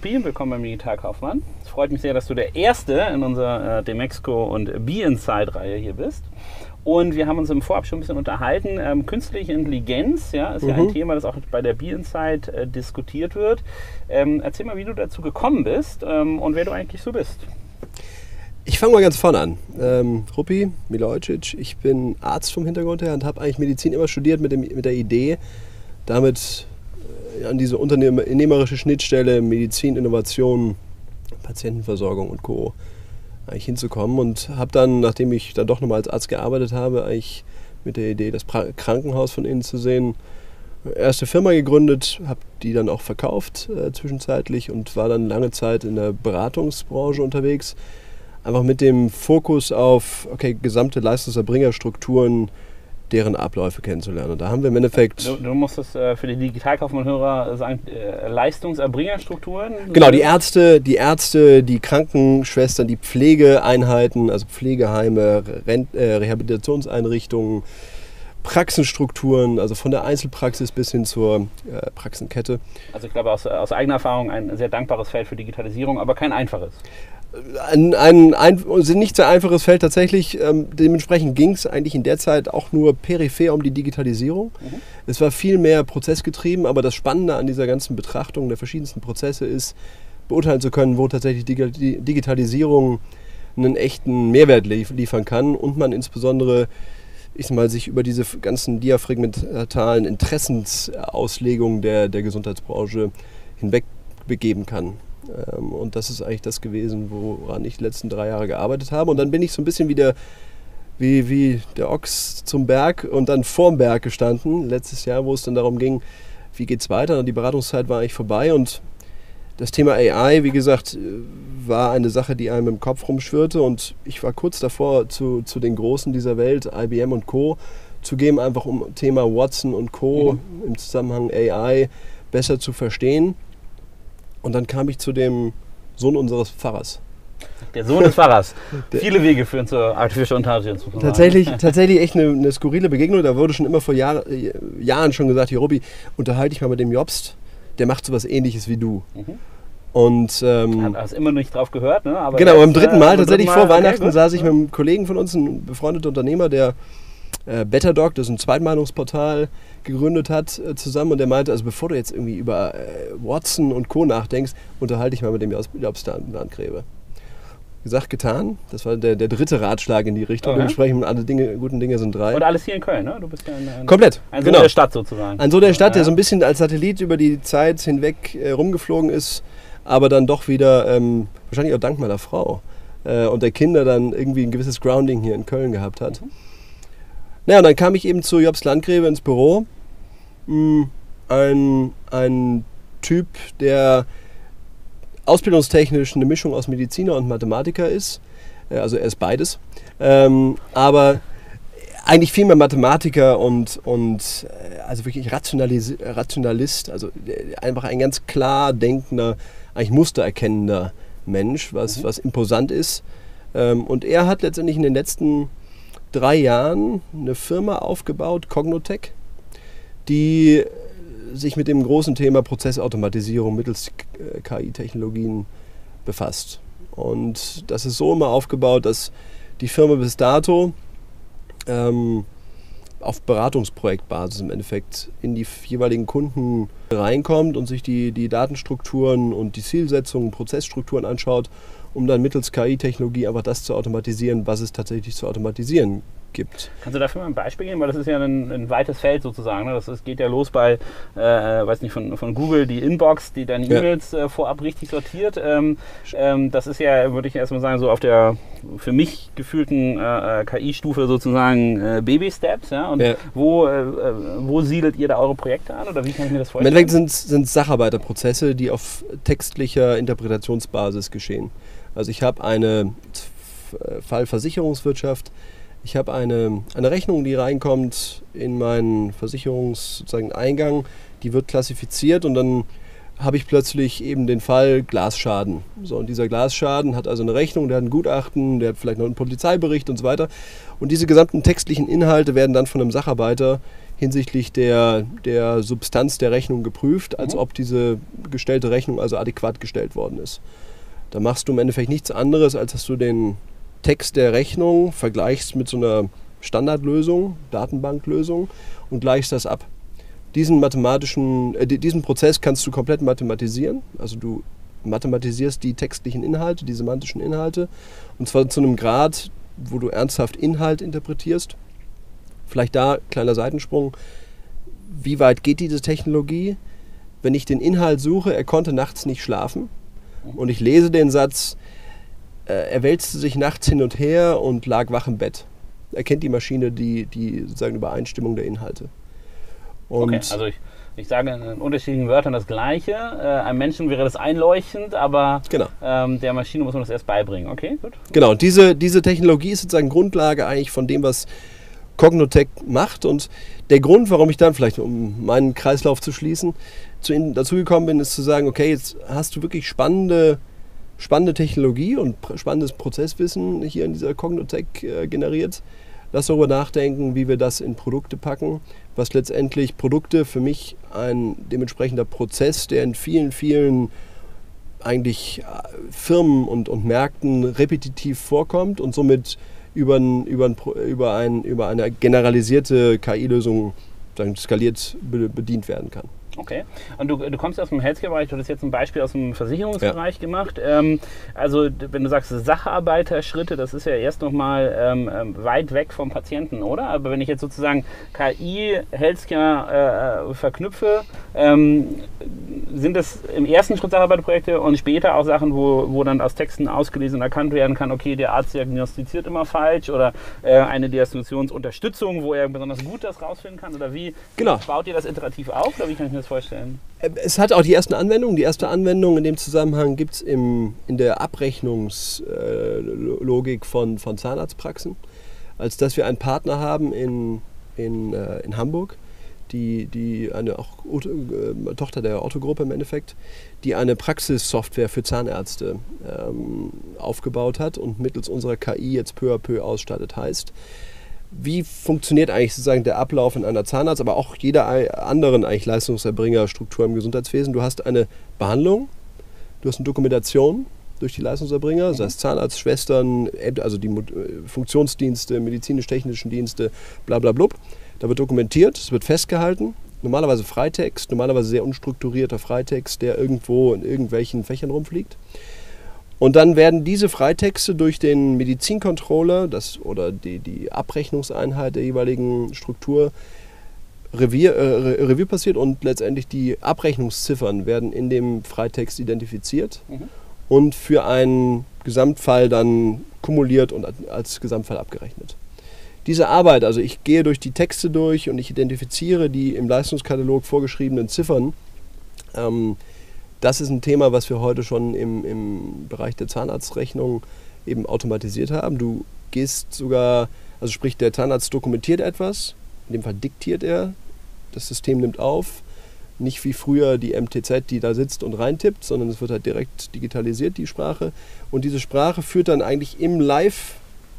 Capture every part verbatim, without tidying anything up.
Rupi, willkommen beim Digitalkaufmann. Es freut mich sehr, dass du der Erste in unserer äh, Demexco und Be-Inside-Reihe hier bist. Und wir haben uns im Vorab schon ein bisschen unterhalten. Ähm, künstliche Intelligenz, ja, ist mhm. ja ein Thema, das auch bei der Be-Inside äh, diskutiert wird. Ähm, erzähl mal, wie du dazu gekommen bist ähm, und wer du eigentlich so bist. Ich fange mal ganz vorne an. Ähm, Rupi Milojcic, ich bin Arzt vom Hintergrund her und habe eigentlich Medizin immer studiert mit, dem, mit der Idee, damit äh, an diese unternehmerische Schnittstelle Medizin, Innovation, Patientenversorgung und Co. eigentlich hinzukommen und habe dann, nachdem ich dann doch nochmal als Arzt gearbeitet habe, eigentlich mit der Idee, das pra- Krankenhaus von innen zu sehen, erste Firma gegründet, habe die dann auch verkauft äh, zwischenzeitlich und war dann lange Zeit in der Beratungsbranche unterwegs. Einfach mit dem Fokus auf okay, gesamte Leistungserbringerstrukturen, deren Abläufe kennenzulernen. Und da haben wir im Endeffekt... Du, du musst es äh, für die Digitalkaufmann-Hörer sagen, äh, Leistungserbringerstrukturen? Genau, die Ärzte, die Ärzte, die Krankenschwestern, die Pflegeeinheiten, also Pflegeheime, Rent, äh, Rehabilitationseinrichtungen, Praxenstrukturen, also von der Einzelpraxis bis hin zur äh, Praxenkette. Also ich glaube aus, aus eigener Erfahrung ein sehr dankbares Feld für Digitalisierung, aber kein einfaches. Ein, ein, ein nicht sehr einfaches Feld tatsächlich. Ähm, dementsprechend ging es eigentlich in der Zeit auch nur peripher um die Digitalisierung. Mhm. Es war viel mehr prozessgetrieben, aber das Spannende an dieser ganzen Betrachtung der verschiedensten Prozesse ist, beurteilen zu können, wo tatsächlich die Digitalisierung einen echten Mehrwert lief, liefern kann und man insbesondere ich sag mal, sich über diese ganzen diafragmentalen Interessensauslegungen der, der Gesundheitsbranche hinweg begeben kann. Und das ist eigentlich das gewesen, woran ich die letzten drei Jahre gearbeitet habe. Und dann bin ich so ein bisschen wie der, wie, wie der Ochs zum Berg und dann vorm Berg gestanden, letztes Jahr, wo es dann darum ging, wie geht's weiter. Und die Beratungszeit war eigentlich vorbei und das Thema A I, wie gesagt, war eine Sache, die einem im Kopf rumschwirrte. Und ich war kurz davor, zu, zu den Großen dieser Welt, I B M und Co., zu gehen, einfach um Thema Watson und Co. Mhm. im Zusammenhang A I besser zu verstehen. Und dann kam ich zu dem Sohn unseres Pfarrers. Der Sohn des Pfarrers. Viele Wege führen zur Artificial Intelligence. Tatsächlich, tatsächlich echt eine, eine skurrile Begegnung. Da wurde schon immer vor Jahr, Jahren schon gesagt, hier Robby, unterhalte dich mal mit dem Jobst, der macht sowas Ähnliches wie du. Mhm. Und ähm, hast immer noch nicht drauf gehört, ne? Aber genau, beim dritten Mal, äh, tatsächlich dritten Mal, vor Weihnachten, okay, saß ich mit einem Kollegen von uns, ein befreundeter Unternehmer, der äh, BetterDoc, das ist ein Zweitmeinungsportal, gegründet hat, äh, zusammen. Und der meinte, also bevor du jetzt irgendwie über äh, Watson und Co. nachdenkst, unterhalte dich mal mit dem Jobst Landgräbe. Gesagt, getan. Das war der, der dritte Ratschlag in die Richtung. Okay. Dementsprechend alle Dinge, guten Dinge sind drei. Und alles hier in Köln, ne? Du bist ja ein, ein, komplett. Ein genau. Sohn der Stadt sozusagen. Ein Sohn der Stadt, ja, der so ein bisschen als Satellit über die Zeit hinweg äh, rumgeflogen ist, aber dann doch wieder, ähm, wahrscheinlich auch dank meiner Frau äh, und der Kinder, dann irgendwie ein gewisses Grounding hier in Köln gehabt hat. Mhm. Naja, und dann kam ich eben zu Jobst Landgräbe ins Büro. Mm, ein, ein Typ, der ausbildungstechnisch eine Mischung aus Mediziner und Mathematiker ist. Also er ist beides. Ähm, aber eigentlich viel mehr Mathematiker und, und also wirklich Rationalis- Rationalist. Also einfach ein ganz klar denkender, eigentlich mustererkennender Mensch, was, mhm. was imposant ist. Ähm, und er hat letztendlich in den letzten drei Jahren eine Firma aufgebaut, Cognotech, die sich mit dem großen Thema Prozessautomatisierung mittels K I-Technologien befasst. Und das ist so immer aufgebaut, dass die Firma bis dato ähm, auf Beratungsprojektbasis im Endeffekt in die jeweiligen Kunden reinkommt und sich die, die Datenstrukturen und die Zielsetzungen, Prozessstrukturen anschaut, um dann mittels K I-Technologie einfach das zu automatisieren, was es tatsächlich zu automatisieren gibt. Kannst du dafür mal ein Beispiel geben? Weil das ist ja ein, ein weites Feld sozusagen. Ne? Das ist, geht ja los bei, äh, weiß nicht, von, von Google, die Inbox, die deine E-Mails äh, vorab richtig sortiert. Ähm, ähm, das ist ja, würde ich erstmal sagen, so auf der für mich gefühlten äh, K I-Stufe sozusagen äh, Baby-Steps. Ja? Und ja. Wo, äh, wo siedelt ihr da eure Projekte an? Oder wie kann ich mir das vorstellen? Im Endeffekt sind es Sacharbeiterprozesse, die auf textlicher Interpretationsbasis geschehen. Also ich habe eine Fallversicherungswirtschaft, ich habe eine, eine Rechnung, die reinkommt in meinen Versicherungseingang, die wird klassifiziert und dann habe ich plötzlich eben den Fall Glasschaden. So, und dieser Glasschaden hat also eine Rechnung, der hat ein Gutachten, der hat vielleicht noch einen Polizeibericht und so weiter. Und diese gesamten textlichen Inhalte werden dann von einem Sacharbeiter hinsichtlich der, der Substanz der Rechnung geprüft, als mhm. ob diese gestellte Rechnung also adäquat gestellt worden ist. Da machst du im Endeffekt nichts anderes, als dass du den Text der Rechnung vergleichst mit so einer Standardlösung, Datenbanklösung und gleichst das ab. Diesen mathematischen, äh, diesen Prozess kannst du komplett mathematisieren. Also du mathematisierst die textlichen Inhalte, die semantischen Inhalte, und zwar zu einem Grad, wo du ernsthaft Inhalt interpretierst. Vielleicht da, kleiner Seitensprung, wie weit geht diese Technologie? Wenn ich den Inhalt suche, er konnte nachts nicht schlafen und ich lese den Satz, äh, er wälzte sich nachts hin und her und lag wach im Bett. Erkennt die Maschine die, die sozusagen Übereinstimmung der Inhalte. Und okay, also ich, ich sage in unterschiedlichen Wörtern das Gleiche. Äh, einem Menschen wäre das einleuchtend, aber genau. ähm, der Maschine muss man das erst beibringen. Okay, gut. Genau, diese, diese Technologie ist sozusagen Grundlage eigentlich von dem, was Cognotec macht. Und der Grund, warum ich dann vielleicht, um meinen Kreislauf zu schließen, zu Ihnen dazugekommen bin, ist zu sagen, okay, jetzt hast du wirklich spannende, spannende Technologie und spannendes Prozesswissen hier in dieser Cognotec äh, generiert. Lass darüber nachdenken, wie wir das in Produkte packen, was letztendlich Produkte für mich ein dementsprechender Prozess, der in vielen, vielen eigentlich Firmen und, und Märkten repetitiv vorkommt und somit über, ein, über, ein, über, ein, über eine generalisierte K I-Lösung skaliert bedient werden kann. Okay. Und du, du kommst aus dem Healthcare-Bereich, du hast jetzt ein Beispiel aus dem Versicherungsbereich ja. gemacht. Ähm, also wenn du sagst Sacharbeiterschritte, das ist ja erst nochmal ähm, weit weg vom Patienten, oder? Aber wenn ich jetzt sozusagen K I, Healthcare äh, verknüpfe, ähm, sind das im ersten Schritt Sacharbeiterprojekte und später auch Sachen, wo, wo dann aus Texten ausgelesen und erkannt werden kann, okay, der Arzt diagnostiziert immer falsch oder äh, eine Diagnostikunterstützung, wo er besonders gut das rausfinden kann? Oder wie genau. baut ihr das iterativ auf? Oder wie kann ich mir das vorstellen? Es hat auch die ersten Anwendungen. Die erste Anwendung in dem Zusammenhang gibt es in der Abrechnungslogik von, von Zahnarztpraxen, als dass wir einen Partner haben in, in, äh, in Hamburg, die, die eine auch äh, Tochter der Otto-Gruppe im Endeffekt, die eine Praxissoftware für Zahnärzte ähm, aufgebaut hat und mittels unserer K I jetzt peu à peu ausstattet. Heißt, wie funktioniert eigentlich sozusagen der Ablauf in einer Zahnarzt, aber auch jeder anderen eigentlich Leistungserbringerstruktur im Gesundheitswesen? Du hast eine Behandlung, du hast eine Dokumentation durch die Leistungserbringer, das heißt Zahnarzt, Schwestern, also die Funktionsdienste, medizinisch-technischen Dienste, bla bla blub. Da wird dokumentiert, es wird festgehalten, normalerweise Freitext, normalerweise sehr unstrukturierter Freitext, der irgendwo in irgendwelchen Fächern rumfliegt. Und dann werden diese Freitexte durch den Medizincontroller das, oder die, die Abrechnungseinheit der jeweiligen Struktur Revue, äh, Revue passiert und letztendlich die Abrechnungsziffern werden in dem Freitext identifiziert mhm. und für einen Gesamtfall dann kumuliert und als Gesamtfall abgerechnet. Diese Arbeit, also ich gehe durch die Texte durch und ich identifiziere die im Leistungskatalog vorgeschriebenen Ziffern. Ähm, das ist ein Thema, was wir heute schon im, im Bereich der Zahnarztrechnung eben automatisiert haben. Du gehst sogar, also sprich der Zahnarzt dokumentiert etwas, in dem Fall diktiert er, das System nimmt auf, nicht wie früher die M T Z, die da sitzt und reintippt, sondern es wird halt direkt digitalisiert, die Sprache. Und diese Sprache führt dann eigentlich im Live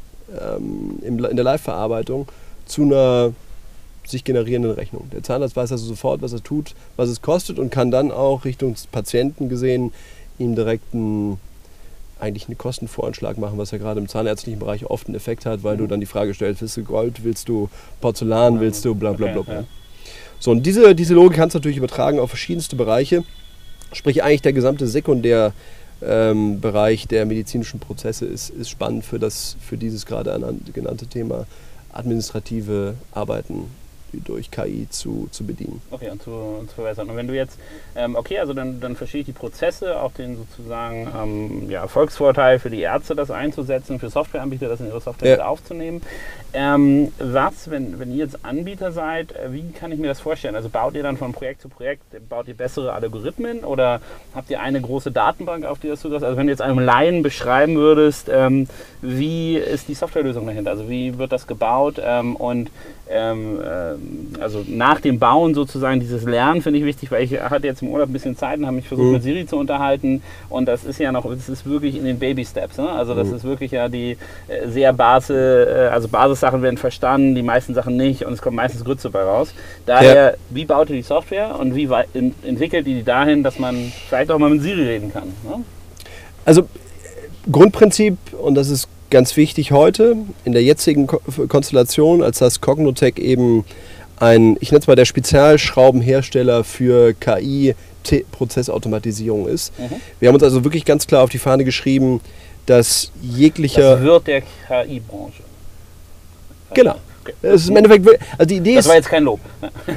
Ähm, in der Live-Verarbeitung zu einer sich generierenden Rechnung. Der Zahnarzt weiß also sofort, was er tut, was es kostet und kann dann auch Richtung Patienten gesehen ihm direkt einen, eigentlich einen Kostenvoranschlag machen, was ja gerade im zahnärztlichen Bereich oft einen Effekt hat, weil mhm. du dann die Frage stellst, willst du Gold, willst du Porzellan, willst du bla bla bla. Okay, ja. So, und diese, diese Logik kannst du natürlich übertragen auf verschiedenste Bereiche, sprich eigentlich der gesamte Sekundär Ähm, Bereich der medizinischen Prozesse ist, ist spannend für, das, für dieses gerade genannte Thema administrative Arbeiten durch K I zu, zu bedienen. Okay, und zu, und zu verbessern. Und wenn du jetzt, ähm, okay, also dann, dann verstehe ich die Prozesse, auch den sozusagen ähm, ja, Erfolgsvorteil für die Ärzte, das einzusetzen, für Softwareanbieter, das in ihre Software ja. aufzunehmen. Ähm, was, wenn, wenn ihr jetzt Anbieter seid, wie kann ich mir das vorstellen? Also baut ihr dann von Projekt zu Projekt, baut ihr bessere Algorithmen oder habt ihr eine große Datenbank, auf die das zugreift? Also wenn du jetzt einem Laien beschreiben würdest, ähm, wie ist die Softwarelösung dahinter? Also wie wird das gebaut ähm, und ähm, äh, also nach dem Bauen sozusagen dieses Lernen finde ich wichtig, weil ich hatte jetzt im Urlaub ein bisschen Zeit und habe mich versucht, mhm. mit Siri zu unterhalten, und das ist ja noch, das ist wirklich in den Baby-Steps, ne? Also das mhm. ist wirklich ja die äh, sehr Basis, äh, also Basissachen werden verstanden, die meisten Sachen nicht, und es kommt meistens Grütze bei raus. Daher, ja. wie baut ihr die Software und wie in, entwickelt ihr die dahin, dass man vielleicht auch mal mit Siri reden kann? Ne? Also Grundprinzip, und das ist ganz wichtig heute, in der jetzigen Ko- Konstellation, als das Cognotec eben ein, ich nenne es mal der Spezialschraubenhersteller für K I-Prozessautomatisierung ist. Mhm. Wir haben uns also wirklich ganz klar auf die Fahne geschrieben, dass jeglicher... Das wird der K I-Branche. Genau. Okay. Das ist im Endeffekt, also die Idee das ist, war jetzt kein Lob.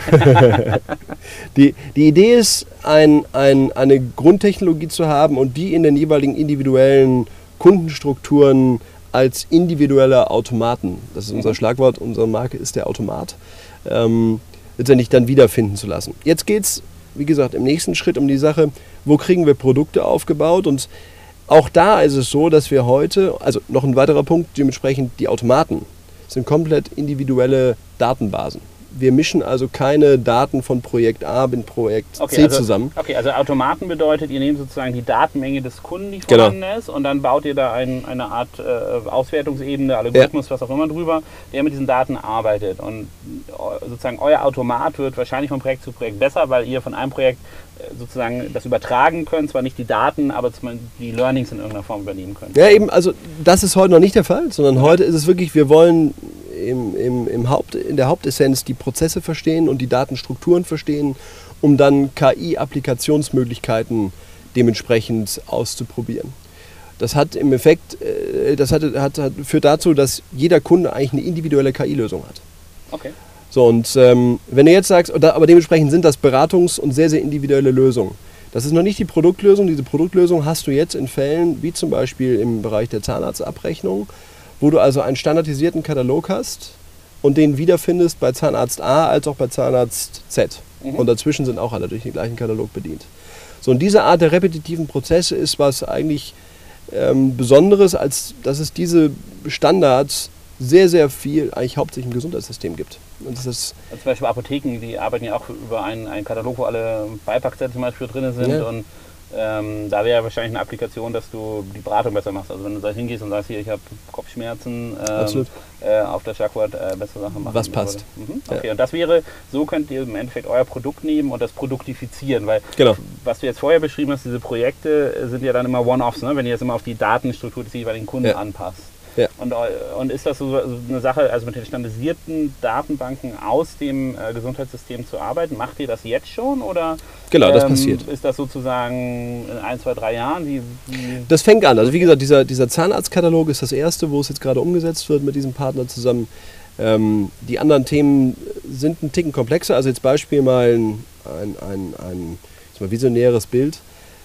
die, die Idee ist, ein, ein, eine Grundtechnologie zu haben und die in den jeweiligen individuellen Kundenstrukturen als individuelle Automaten, das ist unser Schlagwort, unsere Marke ist der Automat, ähm, letztendlich dann wiederfinden zu lassen. Jetzt geht es, wie gesagt, im nächsten Schritt um die Sache, wo kriegen wir Produkte aufgebaut, und auch da ist es so, dass wir heute, also noch ein weiterer Punkt, dementsprechend die Automaten sind komplett individuelle Datenbasen. Wir mischen also keine Daten von Projekt A mit Projekt okay, C also, zusammen. Okay, also Automaten bedeutet, ihr nehmt sozusagen die Datenmenge des Kunden, die vorhanden genau. ist, und dann baut ihr da ein, eine Art äh, Auswertungsebene, Algorithmus, ja. was auch immer drüber, der mit diesen Daten arbeitet. Und sozusagen euer Automat wird wahrscheinlich von Projekt zu Projekt besser, weil ihr von einem Projekt äh, sozusagen das übertragen könnt, zwar nicht die Daten, aber die Learnings in irgendeiner Form übernehmen könnt. Ja, eben, also das ist heute noch nicht der Fall, sondern okay. heute ist es wirklich, wir wollen Im, im, im Haupt, in der Hauptessenz die Prozesse verstehen und die Datenstrukturen verstehen, um dann K I-Applikationsmöglichkeiten dementsprechend auszuprobieren. Das hat im Effekt, das hat, hat, hat, führt dazu, dass jeder Kunde eigentlich eine individuelle K I-Lösung hat. Okay. So, und ähm, wenn du jetzt sagst, aber dementsprechend sind das Beratungs- und sehr, sehr individuelle Lösungen. Das ist noch nicht die Produktlösung. Diese Produktlösung hast du jetzt in Fällen, wie zum Beispiel im Bereich der Zahnarztabrechnung, wo du also einen standardisierten Katalog hast und den wiederfindest bei Zahnarzt A als auch bei Zahnarzt Z. Mhm. Und dazwischen sind auch alle durch den gleichen Katalog bedient. So, und diese Art der repetitiven Prozesse ist was eigentlich ähm, Besonderes, als dass es diese Standards sehr, sehr viel, eigentlich hauptsächlich im Gesundheitssystem gibt. Und das ist also zum Beispiel Apotheken, die arbeiten ja auch über einen, einen Katalog, wo alle Beipackzettel zum Beispiel drin sind. Ja. Und Ähm, da wäre wahrscheinlich eine Applikation, dass du die Beratung besser machst. Also wenn du da hingehst und sagst, hier, ich habe Kopfschmerzen, ähm, äh, auf das Schlagwort äh, bessere Sachen machen. Was passt. Mhm. Okay, ja. Und das wäre, so könnt ihr im Endeffekt euer Produkt nehmen und das produktifizieren, weil genau. was du jetzt vorher beschrieben hast, diese Projekte sind ja dann immer One-Offs, ne? Wenn ihr jetzt immer auf die Datenstruktur des jeweiligen Kunden ja. anpasst. Ja. Und, und ist das so eine Sache, also mit den standardisierten Datenbanken aus dem äh, Gesundheitssystem zu arbeiten? Macht ihr das jetzt schon oder genau, das ähm, passiert. Ist das sozusagen in ein, zwei, drei Jahren? Wie, wie das fängt an. Also wie gesagt, dieser, dieser Zahnarztkatalog ist das erste, wo es jetzt gerade umgesetzt wird mit diesem Partner zusammen. Ähm, die anderen Themen sind ein Ticken komplexer. Also jetzt Beispiel mal ein, ein, ein, ein mal visionäres Bild.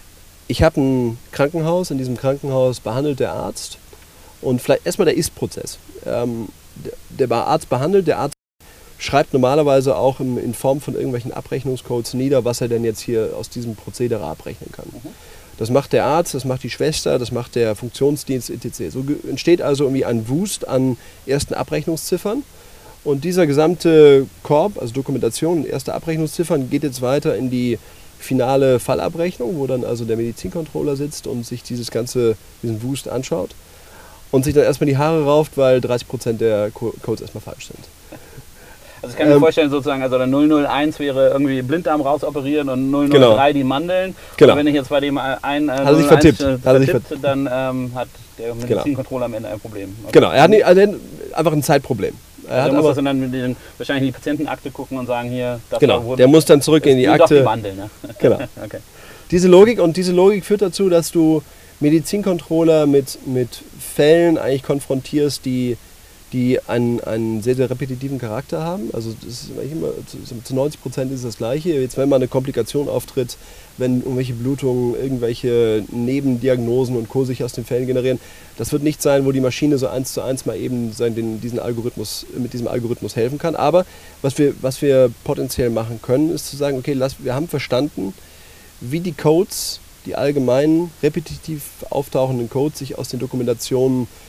Ich habe ein Krankenhaus, in diesem Krankenhaus behandelt der Arzt. Und vielleicht erstmal der Ist-Prozess. Ähm, der, der Arzt behandelt, der Arzt schreibt normalerweise auch in, in Form von irgendwelchen Abrechnungscodes nieder, was er denn jetzt hier aus diesem Prozedere abrechnen kann. Mhm. Das macht der Arzt, das macht die Schwester, das macht der Funktionsdienst et cetera. So entsteht also irgendwie ein Wust an ersten Abrechnungsziffern. Und dieser gesamte Korb, also Dokumentation und erste Abrechnungsziffern, geht jetzt weiter in die finale Fallabrechnung, wo dann also der Medizincontroller sitzt und sich dieses ganze, diesen Wust anschaut. Und sich dann erstmal die Haare rauft, weil dreißig Prozent der Codes erstmal falsch sind. Also ich kann mir ähm, vorstellen, sozusagen, also der null null eins wäre irgendwie Blinddarm rausoperieren und null null drei genau. die Mandeln. Genau. Und wenn ich jetzt bei dem ein äh, hat er sich vertippt, äh, vertippt, hat er sich vertippt dann ähm, hat der Medizincontroller am Ende ein Problem. Okay. Genau, er hat nicht, also einfach ein Zeitproblem. Er also hat muss das dann mit den, wahrscheinlich in die Patientenakte gucken und sagen, hier, das genau, wurde, der muss dann zurück in die Akte. Doch die Mandeln, ne? Genau. Okay. Diese Logik, und diese Logik führt dazu, dass du Medizincontroller mit, mit Fällen eigentlich konfrontierst, die, die einen, einen sehr, sehr repetitiven Charakter haben. Also das ist immer, zu, zu neunzig Prozent ist es das Gleiche. Jetzt, wenn mal eine Komplikation auftritt, wenn irgendwelche Blutungen, irgendwelche Nebendiagnosen und Co. sich aus den Fällen generieren, das wird nicht sein, wo die Maschine so eins zu eins mal eben den, diesen Algorithmus, mit diesem Algorithmus helfen kann. Aber was wir, was wir potenziell machen können, ist zu sagen, okay, lass, wir haben verstanden, wie die Codes, die allgemeinen repetitiv auftauchenden Codes sich aus den Dokumentationen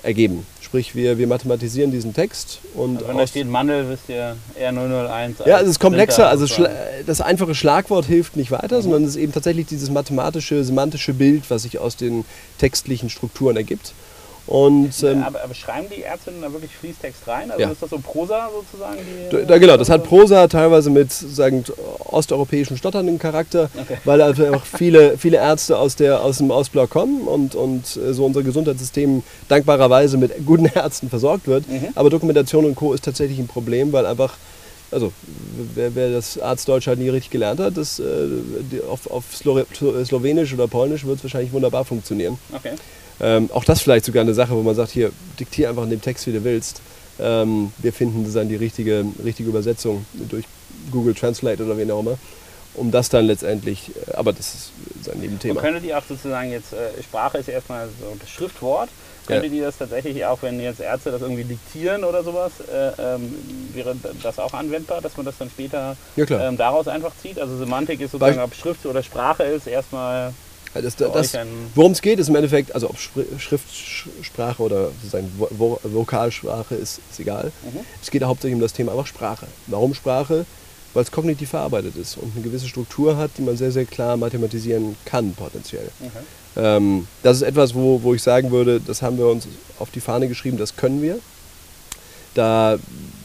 ergeben. Sprich, wir, wir mathematisieren diesen Text. Und also wenn da steht Mandel, wisst ihr R null null eins. Ja, es ist komplexer. Also das einfache Schlagwort hilft nicht weiter, mhm. sondern es ist eben tatsächlich dieses mathematische, semantische Bild, was sich aus den textlichen Strukturen ergibt. Und, ähm, aber, aber schreiben die Ärzte da wirklich Fließtext rein? Also ja. ist das so Prosa sozusagen? Die, da, da, genau, das hat Prosa teilweise mit sagen, osteuropäischen stotternden Charakter, okay. weil also auch viele, viele Ärzte aus, der, aus dem Ostblock kommen und, und so unser Gesundheitssystem dankbarerweise mit guten Ärzten versorgt wird. Mhm. Aber Dokumentation und Co. ist tatsächlich ein Problem, weil einfach, also wer, wer das Arztdeutsch halt nie richtig gelernt hat, das, äh, die, auf, auf Slore, Slowenisch oder Polnisch wird es wahrscheinlich wunderbar funktionieren. Okay. Ähm, auch das vielleicht sogar eine Sache, wo man sagt, hier, diktier einfach in dem Text, wie du willst. Ähm, wir finden dann die richtige, richtige Übersetzung durch Google Translate oder wen auch immer, um das dann letztendlich, äh, aber das ist ein Nebenthema. Und könntet ihr auch sozusagen jetzt, äh, Sprache ist ja erstmal so das Schriftwort, könntet ja. ihr das tatsächlich auch, wenn jetzt Ärzte das irgendwie diktieren oder sowas, äh, ähm, wäre das auch anwendbar, dass man das dann später ja, ähm, daraus einfach zieht? Also Semantik ist sozusagen, ob Schrift oder Sprache ist, erstmal... Das, das, worum es geht, ist im Endeffekt, also ob Schriftsprache oder sozusagen Vo Vokalsprache ist, ist egal. Mhm. Es geht hauptsächlich um das Thema einfach Sprache. Warum Sprache? Weil es kognitiv verarbeitet ist und eine gewisse Struktur hat, die man sehr, sehr klar mathematisieren kann, potenziell. Mhm. Ähm, das ist etwas, wo, wo ich sagen würde, das haben wir uns auf die Fahne geschrieben, das können wir. Da,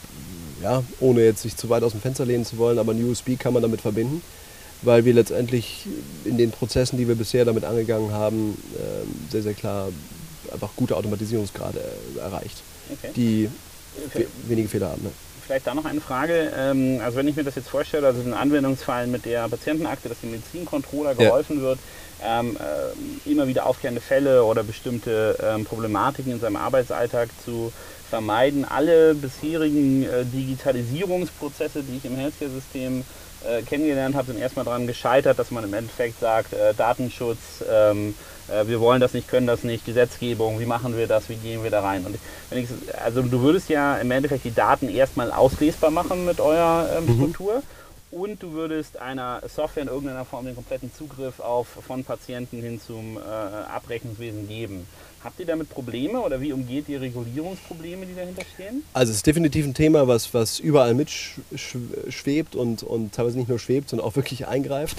ja, ohne jetzt sich zu weit aus dem Fenster lehnen zu wollen, aber ein U S B kann man damit verbinden, weil wir letztendlich in den Prozessen, die wir bisher damit angegangen haben, sehr, sehr klar einfach gute Automatisierungsgrade erreicht, okay. die okay. wenige Fehler haben. Ne? Vielleicht da noch eine Frage. Also wenn ich mir das jetzt vorstelle, also ein Anwendungsfall mit der Patientenakte, dass dem Medizincontroller geholfen ja. wird, ähm, immer wieder aufkehrende Fälle oder bestimmte ähm, Problematiken in seinem Arbeitsalltag zu vermeiden, alle bisherigen äh, Digitalisierungsprozesse, die ich im Healthcare-System Äh, kennengelernt habe, sind erstmal daran gescheitert, dass man im Endeffekt sagt, äh, Datenschutz, ähm, äh, wir wollen das nicht, können das nicht, Gesetzgebung, wie machen wir das, wie gehen wir da rein? Und wenn ich, also du würdest ja im Endeffekt die Daten erstmal auslesbar machen mit eurer ähm, mhm. Struktur und du würdest einer Software in irgendeiner Form den kompletten Zugriff auf von Patienten hin zum äh, Abrechnungswesen geben. Habt ihr damit Probleme oder wie umgeht ihr Regulierungsprobleme, die dahinter stehen? Also es ist definitiv ein Thema, was, was überall mitschwebt und, und teilweise nicht nur schwebt, sondern auch wirklich eingreift.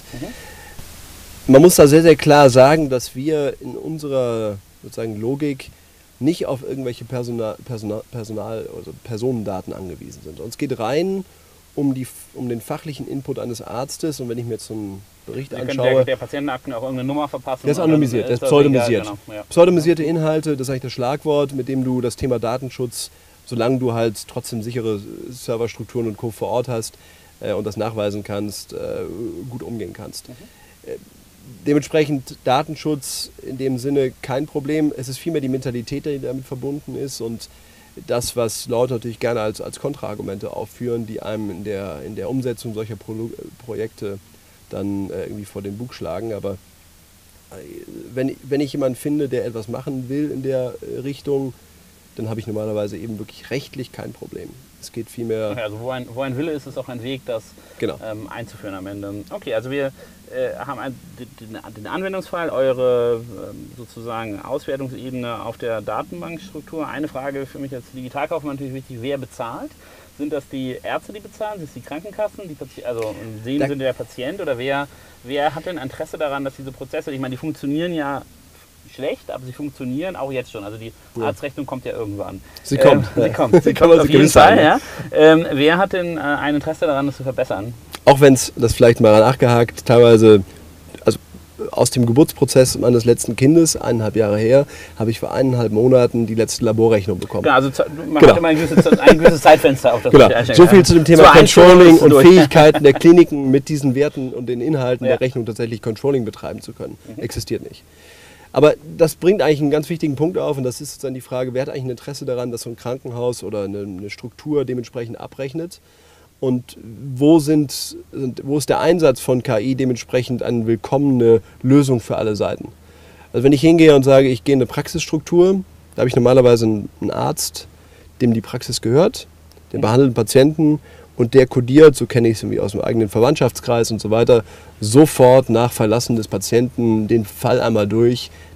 Mhm. Man muss da sehr, sehr klar sagen, dass wir in unserer sozusagen Logik nicht auf irgendwelche Personal, Personal, Personal also Personendaten angewiesen sind. Und es geht rein um, die, um den fachlichen Input eines Arztes und wenn ich mir jetzt so einen Bericht anschaue. Der, der Patientenakten auch irgendeine Nummer verpassen. Der ist anonymisiert, der ist pseudonymisiert. Ja, genau. ja. Pseudonymisierte Inhalte, das ist eigentlich das Schlagwort, mit dem du das Thema Datenschutz, solange du halt trotzdem sichere Serverstrukturen und Co. vor Ort hast äh, und das nachweisen kannst, äh, gut umgehen kannst. Mhm. Äh, dementsprechend Datenschutz in dem Sinne kein Problem. Es ist vielmehr die Mentalität, die damit verbunden ist und das, was Leute natürlich gerne als, als Kontraargumente aufführen, die einem in der, in der Umsetzung solcher Pro Projekte dann äh, irgendwie vor den Bug schlagen. Aber äh, wenn, wenn ich jemanden finde, der etwas machen will in der äh, Richtung, dann habe ich normalerweise eben wirklich rechtlich kein Problem. Es geht vielmehr... Okay, also wo ein, wo ein Wille ist, ist auch ein Weg, das genau. ähm, einzuführen am Ende. Okay, also wir äh, haben ein, den, den Anwendungsfall, eure ähm, sozusagen Auswertungsebene auf der Datenbankstruktur. Eine Frage für mich als Digitalkaufmann natürlich wichtig, wer bezahlt? Sind das die Ärzte, die bezahlen? Sind es die Krankenkassen? Die Pati also im Sinne der, der Patient? Oder wer, wer hat denn Interesse daran, dass diese Prozesse, ich meine, die funktionieren ja schlecht, aber sie funktionieren auch jetzt schon. Also die ja. Arztrechnung kommt ja irgendwann. Sie kommt. Ähm, sie kommt, sie kommt auf jeden Fall. Ja. Ähm, wer hat denn äh, ein Interesse daran, das zu verbessern? Auch wenn es, das vielleicht mal nachgehakt, teilweise, also aus dem Geburtsprozess meines letzten Kindes, eineinhalb Jahre her, habe ich vor eineinhalb Monaten die letzte Laborrechnung bekommen. Ja, also man genau. hat immer ein gewisses, ein gewisses Zeitfenster. Auf das genau. So viel zu dem Thema Controlling und durch. Fähigkeiten der Kliniken mit diesen Werten und den Inhalten ja. der Rechnung tatsächlich Controlling betreiben zu können. Mhm. Existiert nicht. Aber das bringt eigentlich einen ganz wichtigen Punkt auf und das ist dann die Frage, wer hat eigentlich ein Interesse daran, dass so ein Krankenhaus oder eine, eine Struktur dementsprechend abrechnet und wo, sind, wo ist der Einsatz von K I dementsprechend eine willkommene Lösung für alle Seiten. Also wenn ich hingehe und sage, ich gehe in eine Praxisstruktur, da habe ich normalerweise einen Arzt, dem die Praxis gehört, der behandelt einen Patienten und der kodiert, so kenne ich es irgendwie aus dem eigenen Verwandtschaftskreis und so weiter, sofort nach Verlassen des Patienten den Fall einmal durch,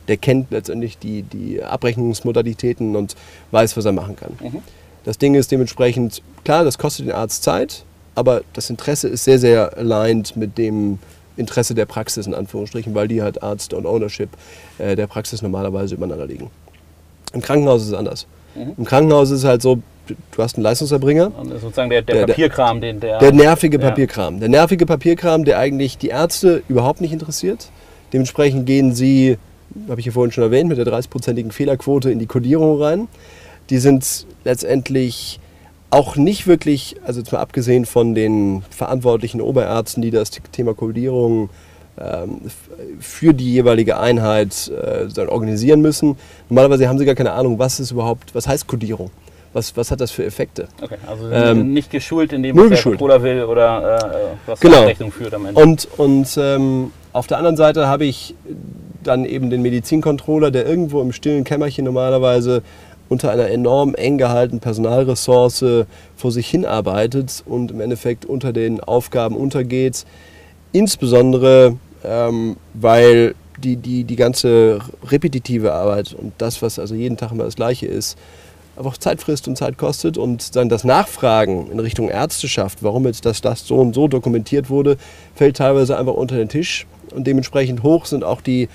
der kennt letztendlich die, die Abrechnungsmodalitäten und weiß, was er machen kann. Mhm. Das Ding ist dementsprechend, klar, das kostet den Arzt Zeit, aber das Interesse ist sehr, sehr aligned mit dem Interesse der Praxis, in Anführungsstrichen, weil die halt Arzt und Ownership äh, der Praxis normalerweise übereinander liegen. Im Krankenhaus ist es anders. Mhm. Im Krankenhaus ist es halt so, du hast einen Leistungserbringer. Und sozusagen der, der, der Papierkram, den der... Der nervige Papierkram. Ja. Der nervige Papierkram, der eigentlich die Ärzte überhaupt nicht interessiert. Dementsprechend gehen sie, habe ich ja vorhin schon erwähnt, mit der dreißigprozentigen Fehlerquote in die Codierung rein. Die sind letztendlich auch nicht wirklich, also jetzt mal abgesehen von den verantwortlichen Oberärzten, die das Thema Codierung ähm, für die jeweilige Einheit äh, organisieren müssen. Normalerweise haben sie gar keine Ahnung, was ist überhaupt, was heißt Codierung? Was, was hat das für Effekte? Okay, also ähm, nicht geschult in dem, was der Controller will oder äh, was genau. die Rechnung führt am Ende. Und, und ähm, auf der anderen Seite habe ich dann eben den Medizincontroller, der irgendwo im stillen Kämmerchen normalerweise unter einer enorm eng gehaltenen Personalressource vor sich hinarbeitet und im Endeffekt unter den Aufgaben untergeht. Insbesondere, ähm, weil die, die, die ganze repetitive Arbeit und das, was also jeden Tag immer das Gleiche ist, einfach Zeit frisst und Zeit kostet und dann das Nachfragen in Richtung Ärzteschaft, warum jetzt das, das so und so dokumentiert wurde, fällt teilweise einfach unter den Tisch und dementsprechend hoch sind auch die,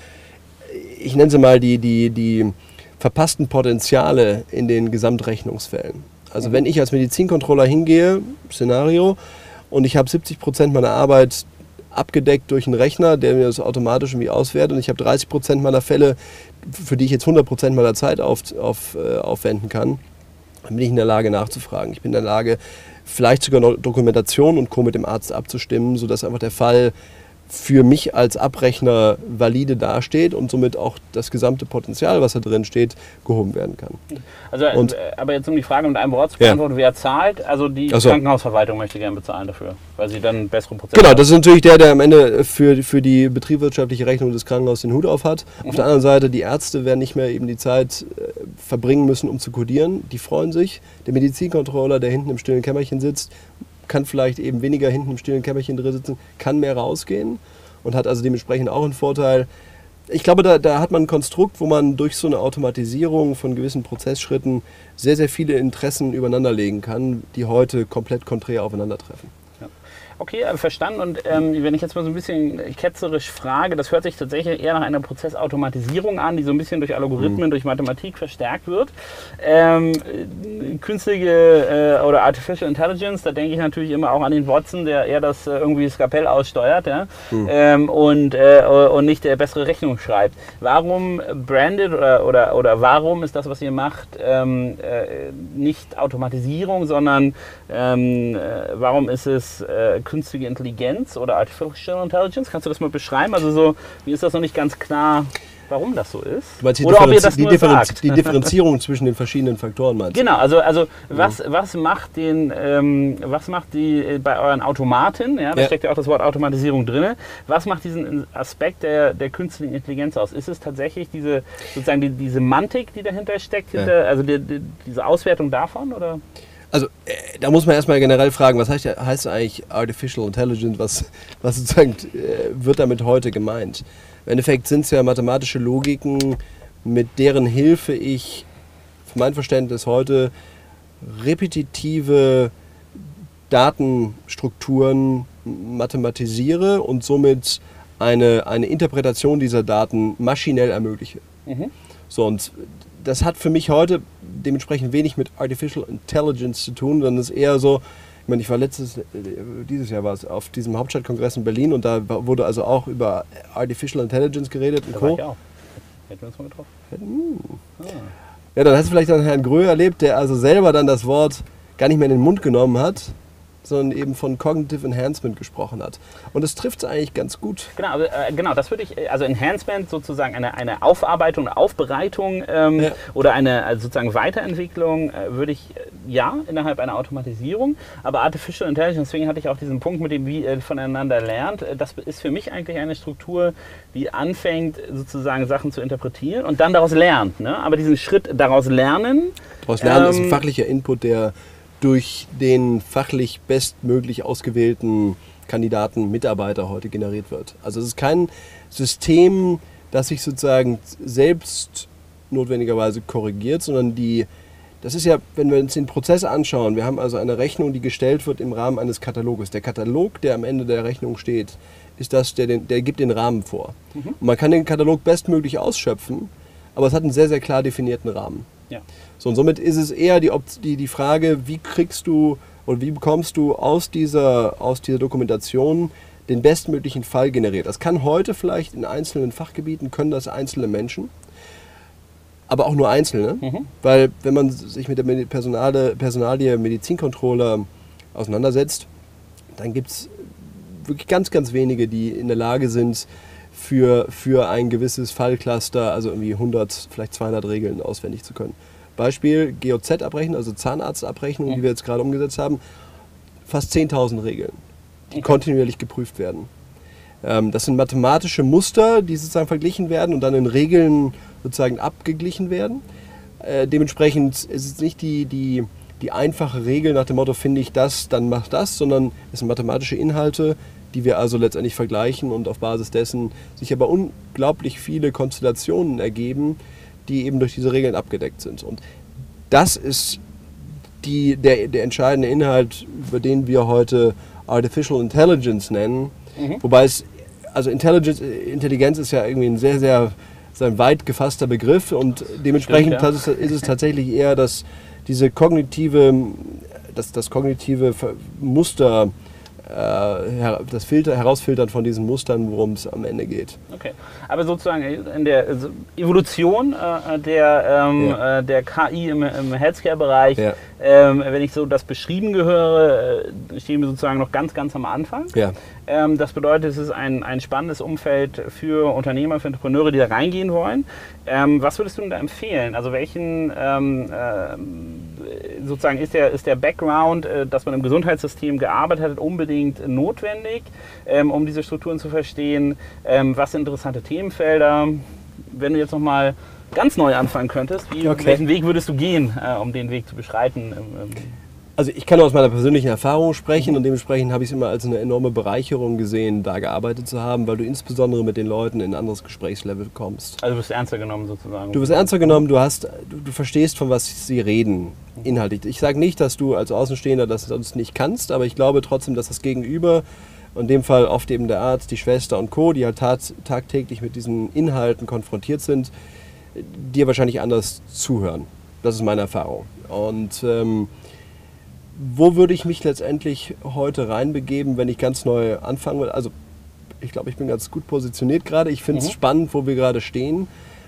ich nenne sie mal die, die, die verpassten Potenziale in den Gesamtrechnungsfällen. Also wenn ich als Medizincontroller hingehe, Szenario, und ich habe siebzig Prozent meiner Arbeit abgedeckt durch einen Rechner, der mir das automatisch irgendwie auswertet und ich habe dreißig Prozent meiner Fälle, für die ich jetzt hundert Prozent meiner Zeit auf, auf, äh, aufwenden kann, dann bin ich in der Lage nachzufragen. Ich bin in der Lage, vielleicht sogar noch Dokumentation und Co. mit dem Arzt abzustimmen, sodass einfach der Fall für mich als Abrechner valide dasteht und somit auch das gesamte Potenzial, was da drin steht, gehoben werden kann. Also, und, aber jetzt um die Frage mit einem Wort zu beantworten, ja. Wer zahlt? Also die so. Krankenhausverwaltung möchte gerne bezahlen dafür, weil sie dann bessere Prozesse Genau, haben. das ist natürlich der, der am Ende für, für die betriebswirtschaftliche Rechnung des Krankenhauses den Hut auf hat. Mhm. Auf der anderen Seite, die Ärzte werden nicht mehr eben die Zeit äh, verbringen müssen, um zu codieren. Die freuen sich. Der Medizincontroller, der hinten im stillen Kämmerchen sitzt, kann vielleicht eben weniger hinten im stillen Kämmerchen drin sitzen, kann mehr rausgehen und hat also dementsprechend auch einen Vorteil. Ich glaube, da, da hat man ein Konstrukt, wo man durch so eine Automatisierung von gewissen Prozessschritten sehr, sehr viele Interessen übereinander legen kann, die heute komplett konträr aufeinandertreffen. Ja. Okay, verstanden. Und ähm, wenn ich jetzt mal so ein bisschen ketzerisch frage, das hört sich tatsächlich eher nach einer Prozessautomatisierung an, die so ein bisschen durch Algorithmen, mhm. durch Mathematik verstärkt wird. Ähm, künstliche äh, oder Artificial Intelligence, da denke ich natürlich immer auch an den Watson, der eher das äh, irgendwie Skapell aussteuert, ja? mhm. ähm, und, äh, und nicht der bessere Rechnung schreibt. Warum branded oder, oder, oder warum ist das, was ihr macht, ähm, äh, nicht Automatisierung, sondern ähm, äh, warum ist es äh, künstliche Intelligenz oder Artificial Intelligence? Kannst du das mal beschreiben? Also so, mir ist das noch nicht ganz klar, warum das so ist. Die oder ob ihr das die, nur Differenz sagt. Die Differenzierung zwischen den verschiedenen Faktoren meinst du? Genau, also, also was, ja. was macht den, ähm, was macht die bei euren Automaten, ja, da ja. steckt ja auch das Wort Automatisierung drin, was macht diesen Aspekt der, der künstlichen Intelligenz aus? Ist es tatsächlich diese, sozusagen die, die Semantik, die dahinter steckt, hinter, ja. also die, die, diese Auswertung davon, oder? Also äh, da muss man erstmal generell fragen, was heißt, heißt eigentlich Artificial Intelligence, was, was sozusagen äh, wird damit heute gemeint? Im Endeffekt sind es ja mathematische Logiken, mit deren Hilfe ich, für mein Verständnis heute, repetitive Datenstrukturen mathematisiere und somit eine, eine Interpretation dieser Daten maschinell ermögliche. Mhm. So, und das hat für mich heute dementsprechend wenig mit Artificial Intelligence zu tun, sondern es ist eher so, ich meine, ich war letztes, dieses Jahr war es auf diesem Hauptstadtkongress in Berlin und da wurde also auch über Artificial Intelligence geredet und da Co. War ich auch. Hätten wir uns mal getroffen. Hm. Ah. Ja, dann hast du vielleicht dann Herrn Grö erlebt, der also selber dann das Wort gar nicht mehr in den Mund genommen hat, sondern eben von Cognitive Enhancement gesprochen hat. Und das trifft es eigentlich ganz gut. Genau, also, äh, genau, das würde ich, also Enhancement sozusagen eine, eine Aufarbeitung, eine Aufbereitung ähm, ja. oder eine also sozusagen Weiterentwicklung äh, würde ich, äh, ja, innerhalb einer Automatisierung, aber Artificial Intelligence, deswegen hatte ich auch diesen Punkt mit dem, wie ihr voneinander lernt, äh, das ist für mich eigentlich eine Struktur, die anfängt sozusagen Sachen zu interpretieren und dann daraus lernt, ne? Aber diesen Schritt daraus lernen... Daraus lernen ähm, ist ein fachlicher Input, der durch den fachlich bestmöglich ausgewählten Kandidaten, Mitarbeiter heute generiert wird. Also es ist kein System, das sich sozusagen selbst notwendigerweise korrigiert, sondern die, das ist ja, wenn wir uns den Prozess anschauen, wir haben also eine Rechnung, die gestellt wird im Rahmen eines Kataloges. Der Katalog, der am Ende der Rechnung steht, ist das, der, den, der gibt den Rahmen vor. Mhm. Und man kann den Katalog bestmöglich ausschöpfen, aber es hat einen sehr, sehr klar definierten Rahmen. Ja. So, und somit ist es eher die, die, die Frage, wie kriegst du und wie bekommst du aus dieser, aus dieser Dokumentation den bestmöglichen Fall generiert. Das kann heute vielleicht in einzelnen Fachgebieten, können das einzelne Menschen, aber auch nur Einzelne, mhm. weil wenn man sich mit der Personale, Personalie Medizincontroller auseinandersetzt, dann gibt es wirklich ganz, ganz wenige, die in der Lage sind, für, für ein gewisses Fallcluster, also irgendwie hundert, vielleicht zweihundert Regeln auswendig zu können. Beispiel G O Z-Abrechnung, also Zahnarztabrechnung, mhm. die wir jetzt gerade umgesetzt haben, fast zehntausend Regeln, die okay. kontinuierlich geprüft werden. Ähm, das sind mathematische Muster, die sozusagen verglichen werden und dann in Regeln sozusagen abgeglichen werden. Äh, dementsprechend ist es nicht die, die, die einfache Regel nach dem Motto, finde ich das, dann mach das, sondern es sind mathematische Inhalte, die wir also letztendlich vergleichen und auf Basis dessen sich aber unglaublich viele Konstellationen ergeben, die eben durch diese Regeln abgedeckt sind. Und das ist die, der, der entscheidende Inhalt, über den wir heute Artificial Intelligence nennen. Mhm. Wobei es, also Intelligence, Intelligenz ist ja irgendwie ein sehr, sehr, sehr weit gefasster Begriff und dementsprechend Stimmt, ja. ist es tatsächlich eher, dass diese kognitive, das, das kognitive Muster, das Filter, Herausfiltern von diesen Mustern, worum es am Ende geht. Okay, aber sozusagen in der Evolution äh, der, ähm, ja. äh, der K I im, im Healthcare-Bereich, ja. ähm, wenn ich so das beschrieben gehöre, äh, stehen wir sozusagen noch ganz, ganz am Anfang. Ja. Ähm, das bedeutet, es ist ein, ein spannendes Umfeld für Unternehmer, für Entrepreneure, die da reingehen wollen. Ähm, was würdest du denn da empfehlen? Also welchen ähm, äh, sozusagen ist der, ist der Background, äh, dass man im Gesundheitssystem gearbeitet hat, unbedingt notwendig, ähm, um diese Strukturen zu verstehen? Ähm, was sind interessante Themenfelder? Wenn du jetzt nochmal ganz neu anfangen könntest, wie, okay. welchen Weg würdest du gehen, äh, um den Weg zu beschreiten? Ähm, Also ich kann aus meiner persönlichen Erfahrung sprechen mhm. und dementsprechend habe ich es immer als eine enorme Bereicherung gesehen, da gearbeitet zu haben, weil du insbesondere mit den Leuten in ein anderes Gesprächslevel kommst. Also du wirst ernster genommen sozusagen. Du wirst ernster genommen, du, hast, du, du verstehst, von was sie reden, inhaltlich. Ich sage nicht, dass du als Außenstehender das sonst nicht kannst, aber ich glaube trotzdem, dass das Gegenüber, in dem Fall oft eben der Arzt, die Schwester und Co., die halt tat, tagtäglich mit diesen Inhalten konfrontiert sind, dir wahrscheinlich anders zuhören. Das ist meine Erfahrung. Und ähm, wo würde ich mich letztendlich heute reinbegeben, wenn ich ganz neu anfangen will? Also ich glaube, ich bin ganz gut positioniert gerade. Ich finde es mhm. spannend, wo wir gerade stehen.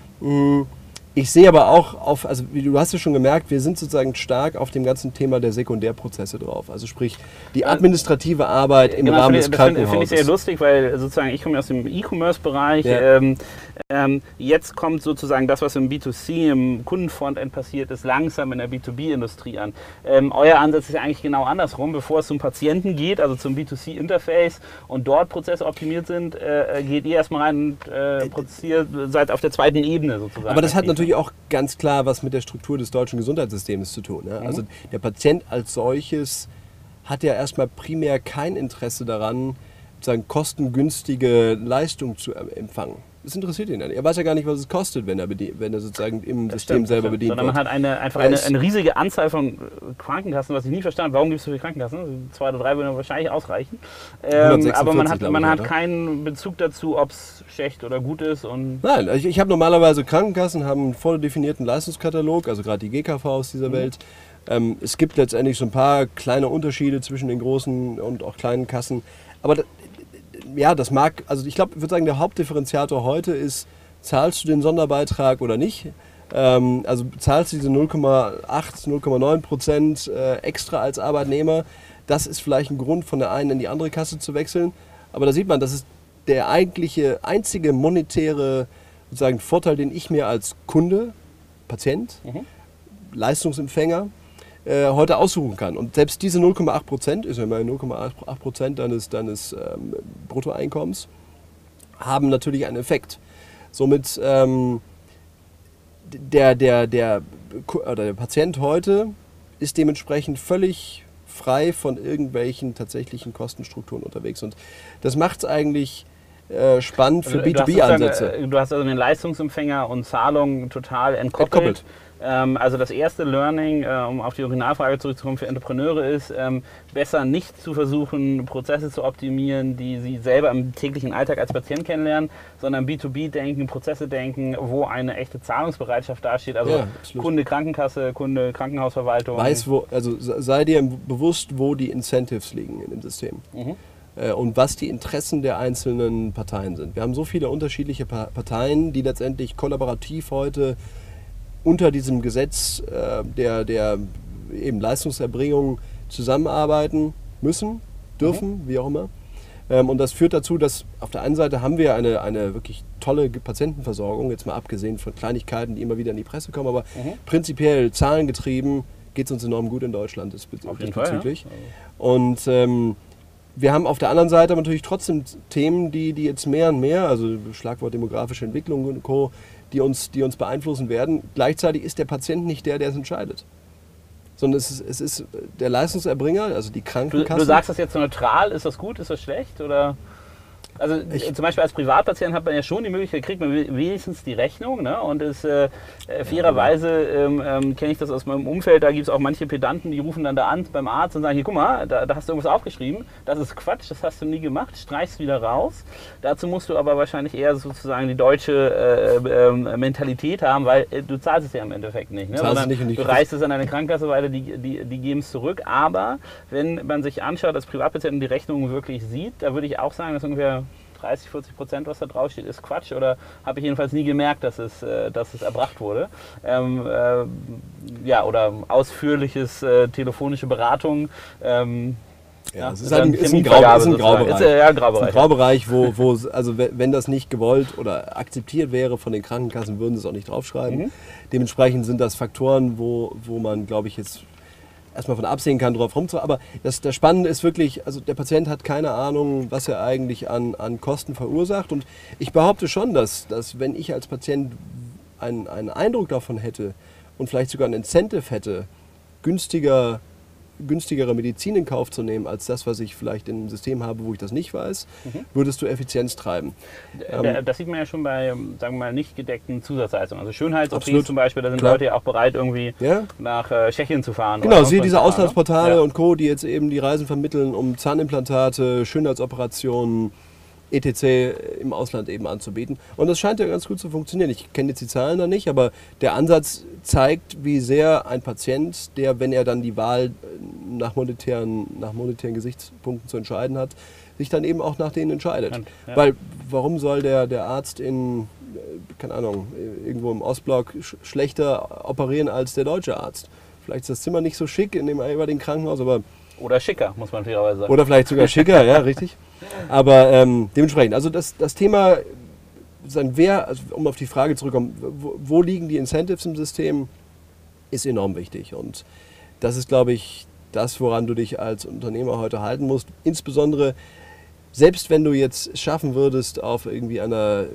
Ich sehe aber auch auf, also wie du hast ja schon gemerkt, wir sind sozusagen stark auf dem ganzen Thema der Sekundärprozesse drauf. Also sprich, die administrative Arbeit im genau, Rahmen des Krankenhauses. Das finde ich sehr lustig, weil sozusagen ich komme aus dem E-Commerce-Bereich. Ja. Ähm, ähm, jetzt kommt sozusagen das, was im B zwei C, im Kundenfrontend passiert ist, langsam in der B zwei B-Industrie an. Ähm, euer Ansatz ist ja eigentlich genau andersrum. Bevor es zum Patienten geht, also zum B zwei C-Interface und dort Prozesse optimiert sind, äh, geht ihr erstmal rein und äh, produziert, seid auf der zweiten Ebene sozusagen. Aber das hat natürlich auch ganz klar was mit der Struktur des deutschen Gesundheitssystems zu tun. Ne? Mhm. Also der Patient als solches hat ja erstmal primär kein Interesse daran, sozusagen kostengünstige Leistung zu empfangen. Das interessiert ihn ja nicht. Er weiß ja gar nicht, was es kostet, wenn er, wenn er sozusagen im das System stimmt, selber bedient Sondern man wird. hat eine, einfach eine, eine riesige Anzahl von Krankenkassen, was ich nie verstanden habe. Warum gibt es so viele Krankenkassen? Zwei oder drei würden wahrscheinlich ausreichen. Ähm, aber man hat, man hat keinen Bezug dazu, ob es schlecht oder gut ist. Und Nein, ich, ich habe normalerweise Krankenkassen, haben einen voll definierten Leistungskatalog, also gerade die G K V aus dieser mhm. Welt. Ähm, es gibt letztendlich so ein paar kleine Unterschiede zwischen den großen und auch kleinen Kassen. Aber ja, das mag, also ich glaube, ich würde sagen, der Hauptdifferenziator heute ist, zahlst du den Sonderbeitrag oder nicht? Ähm, also zahlst du diese null Komma acht, null Komma neun Prozent äh, extra als Arbeitnehmer? Das ist vielleicht ein Grund, von der einen in die andere Kasse zu wechseln. Aber da sieht man, das ist der eigentliche, einzige monetäre sozusagen Vorteil, den ich mir als Kunde, Patient, mhm. Leistungsempfänger äh, heute aussuchen kann. Und selbst diese null Komma acht Prozent, ist ja immer null Komma acht Prozent deines, deines ähm, Bruttoeinkommens, haben natürlich einen Effekt. Somit ähm, der, der, der, oder der Patient heute ist dementsprechend völlig frei von irgendwelchen tatsächlichen Kostenstrukturen unterwegs. Und das macht es eigentlich äh, spannend für also, B zwei B-Ansätze. Du hast also den Leistungsempfänger und Zahlung total entkoppelt. Ähm, also das erste Learning, äh, um auf die Originalfrage zurückzukommen, für Entrepreneure ist, ähm, besser nicht zu versuchen, Prozesse zu optimieren, die sie selber im täglichen Alltag als Patient kennenlernen, sondern B zwei B denken, Prozesse denken, wo eine echte Zahlungsbereitschaft dasteht. Also Ja, Kunde Krankenkasse, Kunde Krankenhausverwaltung. Weiß, wo, also sei dir bewusst, wo die Incentives liegen in dem System. Mhm. Äh, und was die Interessen der einzelnen Parteien sind. Wir haben so viele unterschiedliche pa Parteien, die letztendlich kollaborativ heute unter diesem Gesetz äh, der, der eben Leistungserbringung zusammenarbeiten müssen, dürfen, mhm. wie auch immer. Ähm, und das führt dazu, dass auf der einen Seite haben wir eine, eine wirklich tolle Patientenversorgung, jetzt mal abgesehen von Kleinigkeiten, die immer wieder in die Presse kommen, aber mhm. prinzipiell zahlengetrieben geht es uns enorm gut in Deutschland diesbezüglich. Ja. Und ähm, wir haben auf der anderen Seite aber natürlich trotzdem Themen, die, die jetzt mehr und mehr, also Schlagwort demografische Entwicklung und Co., die uns, die uns beeinflussen werden. Gleichzeitig ist der Patient nicht der, der es entscheidet. Sondern es ist, es ist der Leistungserbringer, also die Krankenkasse. Du, du sagst das jetzt neutral, ist das gut, ist das schlecht? Oder? Also ich, zum Beispiel als Privatpatient hat man ja schon die Möglichkeit, kriegt man wenigstens die Rechnung. Ne? Und ist, äh, fairerweise ähm, ähm, kenne ich das aus meinem Umfeld, da gibt es auch manche Pedanten, die rufen dann da an beim Arzt und sagen, hier guck mal, da, da hast du irgendwas aufgeschrieben, das ist Quatsch, das hast du nie gemacht, streichst wieder raus. Dazu musst du aber wahrscheinlich eher sozusagen die deutsche äh, äh, Mentalität haben, weil äh, du zahlst es ja im Endeffekt nicht. Ne? Zahlst nicht und nicht du reichst es an deine Krankenkasse weiter, die, die, die geben es zurück. Aber wenn man sich anschaut, als Privatpatient die Rechnung wirklich sieht, da würde ich auch sagen, dass ungefähr dreißig, vierzig Prozent, was da draufsteht, ist Quatsch oder habe ich jedenfalls nie gemerkt, dass es, äh, dass es erbracht wurde. Ähm, äh, ja, oder ausführliches äh, telefonische Beratung. Ähm, ja, es ist, halt ein, ist ein, Grau, ist ein Graubereich. Ist, äh, ja, Graubereich. Ein Graubereich, wo, wo also wenn das nicht gewollt oder akzeptiert wäre von den Krankenkassen, würden sie es auch nicht draufschreiben. Mhm. Dementsprechend sind das Faktoren, wo, wo man, glaube ich, jetzt erstmal von absehen kann, drauf rumzu. Aber das, das Spannende ist wirklich, also der Patient hat keine Ahnung, was er eigentlich an, an Kosten verursacht. Und ich behaupte schon, dass, dass wenn ich als Patient einen, einen Eindruck davon hätte und vielleicht sogar ein Incentive hätte, günstiger günstigere Medizin in Kauf zu nehmen, als das, was ich vielleicht im System habe, wo ich das nicht weiß, mhm. würdest du Effizienz treiben. Ähm, das sieht man ja schon bei, sagen wir mal, nicht gedeckten Zusatzleistungen. Also Schönheits-O Ps zum Beispiel, da sind Klar. Leute ja auch bereit, irgendwie ja? nach äh, Tschechien zu fahren. Genau, siehe diese Auslandsportale ja. und Co., die jetzt eben die Reisen vermitteln, um Zahnimplantate, Schönheitsoperationen, et cetera im Ausland eben anzubieten. Und das scheint ja ganz gut zu funktionieren. Ich kenne jetzt die Zahlen da nicht, aber der Ansatz zeigt, wie sehr ein Patient, der, wenn er dann die Wahl nach monetären, nach monetären Gesichtspunkten zu entscheiden hat, sich dann eben auch nach denen entscheidet. Ja. Weil warum soll der, der Arzt in, keine Ahnung, irgendwo im Ostblock sch schlechter operieren als der deutsche Arzt? Vielleicht ist das Zimmer nicht so schick in dem jeweiligen Krankenhaus, aber oder schicker, muss man fairerweise sagen. Oder vielleicht sogar schicker, ja, richtig. Aber ähm, dementsprechend, also das, das Thema, wer, also um auf die Frage zurückzukommen, wo, wo liegen die Incentives im System, ist enorm wichtig. Und das ist, glaube ich, das, woran du dich als Unternehmer heute halten musst. Insbesondere, selbst wenn du jetzt es schaffen würdest, auf irgendwie einer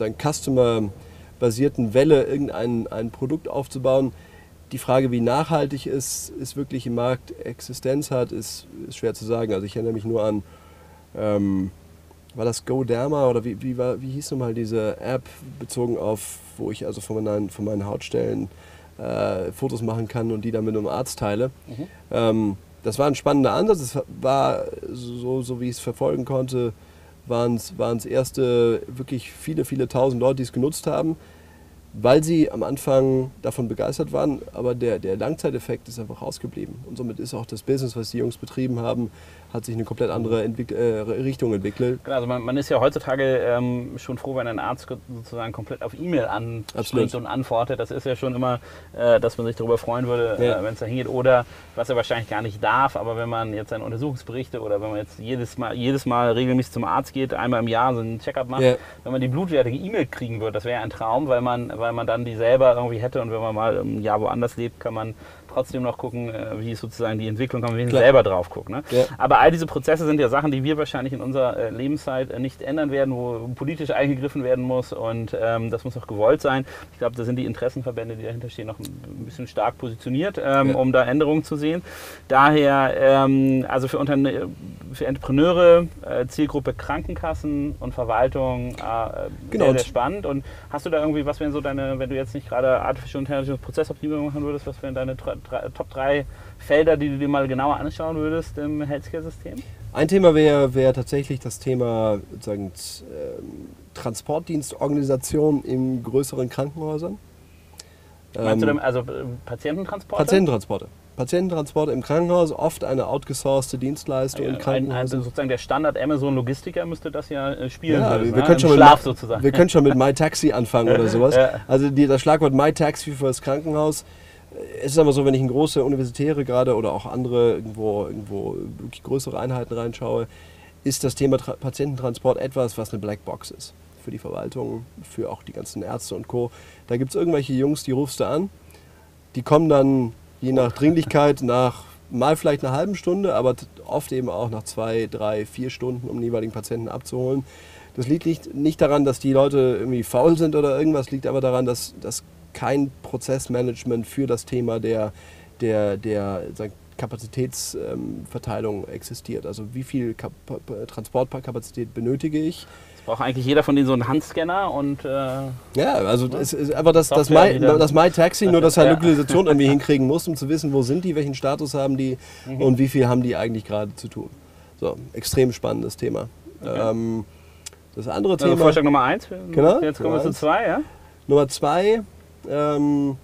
Customer-basierten Welle irgendein ein Produkt aufzubauen, die Frage, wie nachhaltig es, es wirklich im Markt Existenz hat, ist, ist schwer zu sagen. Also ich erinnere mich nur an, ähm, war das GoDerma oder wie, wie, war, wie hieß nochmal diese App bezogen auf, wo ich also von meinen, von meinen Hautstellen äh, Fotos machen kann und die dann mit einem Arzt teile. Mhm. Ähm, das war ein spannender Ansatz. Es war, so, so wie ich es verfolgen konnte, waren es erste wirklich viele, viele tausend Leute, die es genutzt haben, weil sie am Anfang davon begeistert waren, aber der, der Langzeiteffekt ist einfach ausgeblieben. Und somit ist auch das Business, was die Jungs betrieben haben, hat sich eine komplett andere Entwick äh, Richtung entwickelt. Genau, also man, man ist ja heutzutage ähm, schon froh, wenn ein Arzt sozusagen komplett auf E-Mail anspringt und antwortet. Das ist ja schon immer, äh, dass man sich darüber freuen würde, ja. äh, wenn es da hingeht. Oder, was er wahrscheinlich gar nicht darf, aber wenn man jetzt seine Untersuchungsberichte oder wenn man jetzt jedes Mal, jedes Mal regelmäßig zum Arzt geht, einmal im Jahr so einen Check-up macht, ja. wenn man die blutwertige E-Mail kriegen würde, das wäre ein Traum, weil man, weil man dann die selber irgendwie hätte und wenn man mal ein Jahr woanders lebt, kann man trotzdem noch gucken, wie ist sozusagen die Entwicklung, kann man wenigstens selber drauf gucken. Ne? Ja. Aber all diese Prozesse sind ja Sachen, die wir wahrscheinlich in unserer äh, Lebenszeit äh, nicht ändern werden, wo politisch eingegriffen werden muss und ähm, das muss auch gewollt sein. Ich glaube, da sind die Interessenverbände, die dahinter stehen, noch ein bisschen stark positioniert, ähm, ja. um da Änderungen zu sehen. Daher, ähm, also für Unterne für Entrepreneure, äh, Zielgruppe Krankenkassen und Verwaltung, äh, genau. sehr, sehr spannend. Und hast du da irgendwie, was wären so deine, wenn du jetzt nicht gerade Artificial Intelligence Prozessoptimierung machen würdest, was wären deine drei, drei, Top drei Felder, die du dir mal genauer anschauen würdest im Healthcare-System? Ein Thema wäre wär tatsächlich das Thema sozusagen, ähm, Transportdienstorganisation in größeren Krankenhäusern. Meinst ähm, du denn, also Patiententransporte? Patiententransporte. Patiententransporte im Krankenhaus, oft eine outgesourcete Dienstleistung ja, in Krankenhäusern. Also sozusagen der Standard Amazon-Logistiker müsste das ja spielen. Ja, können, wir, ne? können schon Im mit, Schlaf sozusagen. Wir können schon mit MyTaxi anfangen oder sowas. Ja. Also die, das Schlagwort MyTaxi für das Krankenhaus. Es ist aber so, wenn ich in große Universitäre gerade oder auch andere irgendwo, irgendwo wirklich größere Einheiten reinschaue, ist das Thema Tra- Patiententransport etwas, was eine Blackbox ist. Für die Verwaltung, für auch die ganzen Ärzte und Co. Da gibt es irgendwelche Jungs, die rufst du an. Die kommen dann je nach Dringlichkeit nach mal vielleicht einer halben Stunde, aber oft eben auch nach zwei, drei, vier Stunden, um den jeweiligen Patienten abzuholen. Das liegt nicht, nicht daran, dass die Leute irgendwie faul sind oder irgendwas, liegt aber daran, dass, dass kein Prozessmanagement für das Thema der, der, der sagen, Kapazitätsverteilung ähm, existiert. Also wie viel Kap- Transportkapazität benötige ich? Braucht eigentlich jeder von denen so einen Handscanner und... Äh, ja, also ne? es ist einfach das, das, My, das MyTaxi, nur dass er ja. Lokalisation irgendwie hinkriegen muss, um zu wissen, wo sind die, welchen Status haben die mhm. und wie viel haben die eigentlich gerade zu tun. So, extrem spannendes Thema. Okay. Ähm, das andere also Thema... Vorschlag Nummer eins, genau, jetzt kommen wir zu zwei, ja? Nummer zwei, ähm,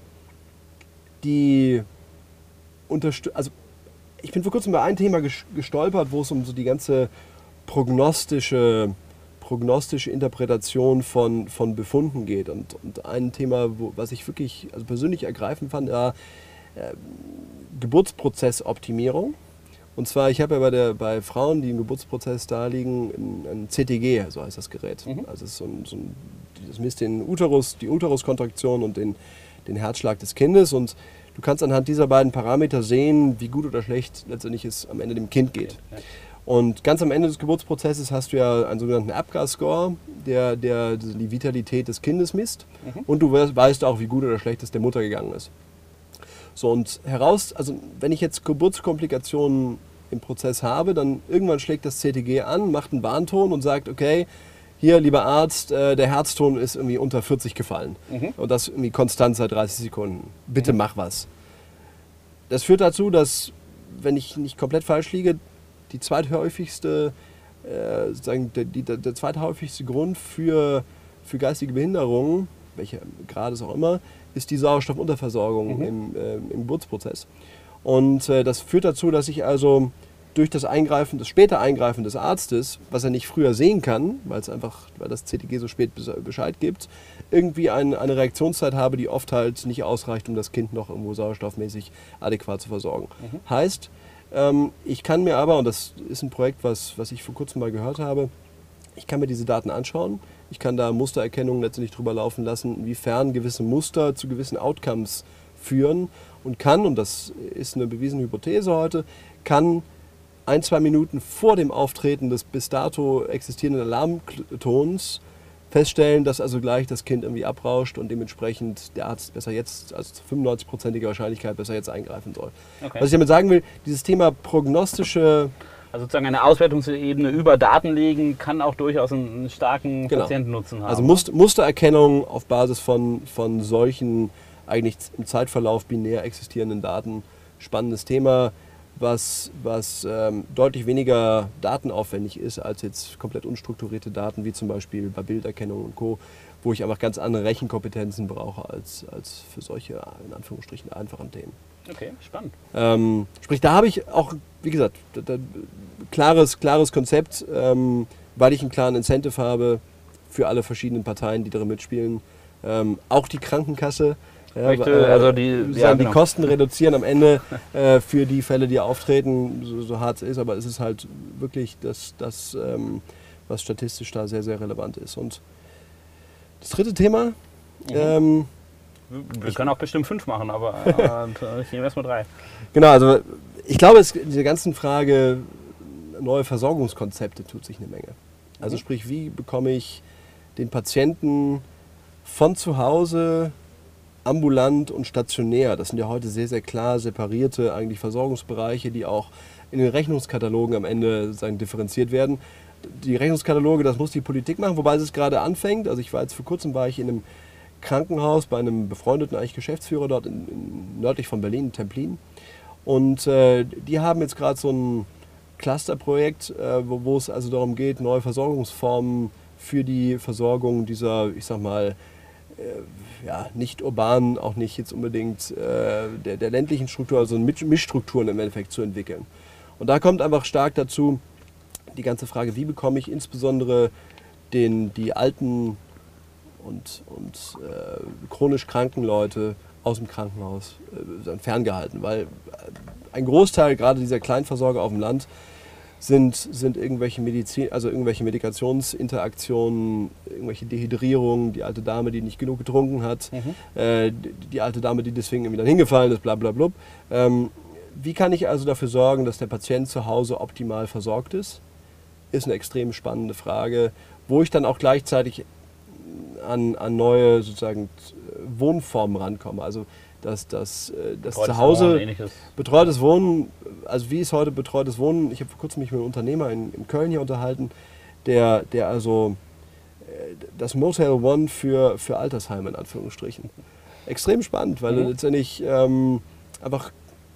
die Unterstützung... Also ich bin vor kurzem bei einem Thema gestolpert, wo es um so die ganze prognostische... prognostische Interpretation von, von Befunden geht. Und, und ein Thema, wo, was ich wirklich also persönlich ergreifend fand, war äh, Geburtsprozessoptimierung. Und zwar, ich habe ja bei, der, bei Frauen, die im Geburtsprozess da liegen, ein, ein C T G, so heißt das Gerät. Mhm. Also es ist so ein, so ein, das misst den Uterus, die Uteruskontraktion und den, den Herzschlag des Kindes. Und du kannst anhand dieser beiden Parameter sehen, wie gut oder schlecht letztendlich es am Ende dem Kind geht. Okay. Und ganz am Ende des Geburtsprozesses hast du ja einen sogenannten APGAR-Score, der, der die Vitalität des Kindes misst. Mhm. Und du weißt auch, wie gut oder schlecht es der Mutter gegangen ist. So, und heraus, also wenn ich jetzt Geburtskomplikationen im Prozess habe, dann irgendwann schlägt das C T G an, macht einen Warnton und sagt, okay, hier, lieber Arzt, äh, der Herzton ist irgendwie unter vierzig gefallen. Mhm. Und das irgendwie konstant seit dreißig Sekunden. Bitte mhm. mach was. Das führt dazu, dass, wenn ich nicht komplett falsch liege, die zweithäufigste, äh, sozusagen der, die, der zweithäufigste Grund für, für geistige Behinderungen, welcher Grad es auch immer, ist die Sauerstoffunterversorgung mhm. im, äh, im Geburtsprozess. Und äh, das führt dazu, dass ich also durch das Eingreifen, das späte Eingreifen des Arztes, was er nicht früher sehen kann, weil es einfach, weil das C T G so spät Bescheid gibt, irgendwie ein, eine Reaktionszeit habe, die oft halt nicht ausreicht, um das Kind noch irgendwo sauerstoffmäßig adäquat zu versorgen. Mhm. Heißt, ich kann mir aber, und das ist ein Projekt, was, was ich vor kurzem mal gehört habe, ich kann mir diese Daten anschauen, ich kann da Mustererkennung letztendlich drüber laufen lassen, inwiefern gewisse Muster zu gewissen Outcomes führen und kann, und das ist eine bewiesene Hypothese heute, kann ein, zwei Minuten vor dem Auftreten des bis dato existierenden Alarmtons feststellen, dass also gleich das Kind irgendwie abrauscht und dementsprechend der Arzt besser jetzt, also zu fünfundneunzig-prozentiger Wahrscheinlichkeit besser jetzt eingreifen soll. Okay. Was ich damit sagen will, dieses Thema prognostische... Also sozusagen eine Auswertungsebene über Daten legen, kann auch durchaus einen starken genau. Patientennutzen haben. Also Muster, Mustererkennung auf Basis von, von solchen eigentlich im Zeitverlauf binär existierenden Daten, spannendes Thema, was, was ähm, deutlich weniger datenaufwendig ist als jetzt komplett unstrukturierte Daten, wie zum Beispiel bei Bilderkennung und Co., wo ich einfach ganz andere Rechenkompetenzen brauche als, als für solche, in Anführungsstrichen, einfachen Themen. Okay, spannend. Ähm, sprich, da habe ich auch, wie gesagt, da, da, klares, klares Konzept, ähm, weil ich einen klaren Incentive habe für alle verschiedenen Parteien, die darin mitspielen. Ähm, auch die Krankenkasse. Ja, Möchte, also die, ja, genau. die Kosten reduzieren am Ende äh, für die Fälle, die auftreten, so, so hart es ist, aber es ist halt wirklich das, das ähm, was statistisch da sehr, sehr relevant ist. Und das dritte Thema... Mhm. Ähm, Wir können auch bestimmt fünf machen, aber äh, ich nehme erstmal drei. Genau, also ich glaube, es, in dieser ganzen Frage neue Versorgungskonzepte tut sich eine Menge. Also mhm. sprich, wie bekomme ich den Patienten von zu Hause ambulant und stationär. Das sind ja heute sehr, sehr klar separierte eigentlich Versorgungsbereiche, die auch in den Rechnungskatalogen am Ende sozusagen differenziert werden. Die Rechnungskataloge, das muss die Politik machen, wobei es gerade anfängt. Also ich war jetzt vor kurzem war ich in einem Krankenhaus bei einem befreundeten eigentlich Geschäftsführer dort in, in, nördlich von Berlin, in Templin. Und äh, die haben jetzt gerade so ein Clusterprojekt, äh, wo, wo es also darum geht, neue Versorgungsformen für die Versorgung dieser, ich sag mal, äh, ja, nicht urbanen, auch nicht jetzt unbedingt äh, der, der ländlichen Struktur, also Mischstrukturen im Endeffekt zu entwickeln. Und da kommt einfach stark dazu die ganze Frage, wie bekomme ich insbesondere den, die alten und, und äh, chronisch kranken Leute aus dem Krankenhaus äh, ferngehalten, weil ein Großteil gerade dieser Kleinversorger auf dem Land sind, sind irgendwelche Medizin, also irgendwelche Medikationsinteraktionen, irgendwelche Dehydrierungen, die alte Dame, die nicht genug getrunken hat, mhm. äh, die, die alte Dame, die deswegen irgendwie dann hingefallen ist, bla bla bla. Ähm, wie kann ich also dafür sorgen, dass der Patient zu Hause optimal versorgt ist? Ist eine extrem spannende Frage, wo ich dann auch gleichzeitig an, an neue sozusagen Wohnformen rankomme. Also dass das, das Zuhause, Wohnen, betreutes Wohnen, also wie ist heute betreutes Wohnen? Ich habe vor kurzem mich mit einem Unternehmer in, in Köln hier unterhalten, der, der also das Motel One für, für Altersheime in Anführungsstrichen. Extrem spannend, weil mhm. du letztendlich ähm, einfach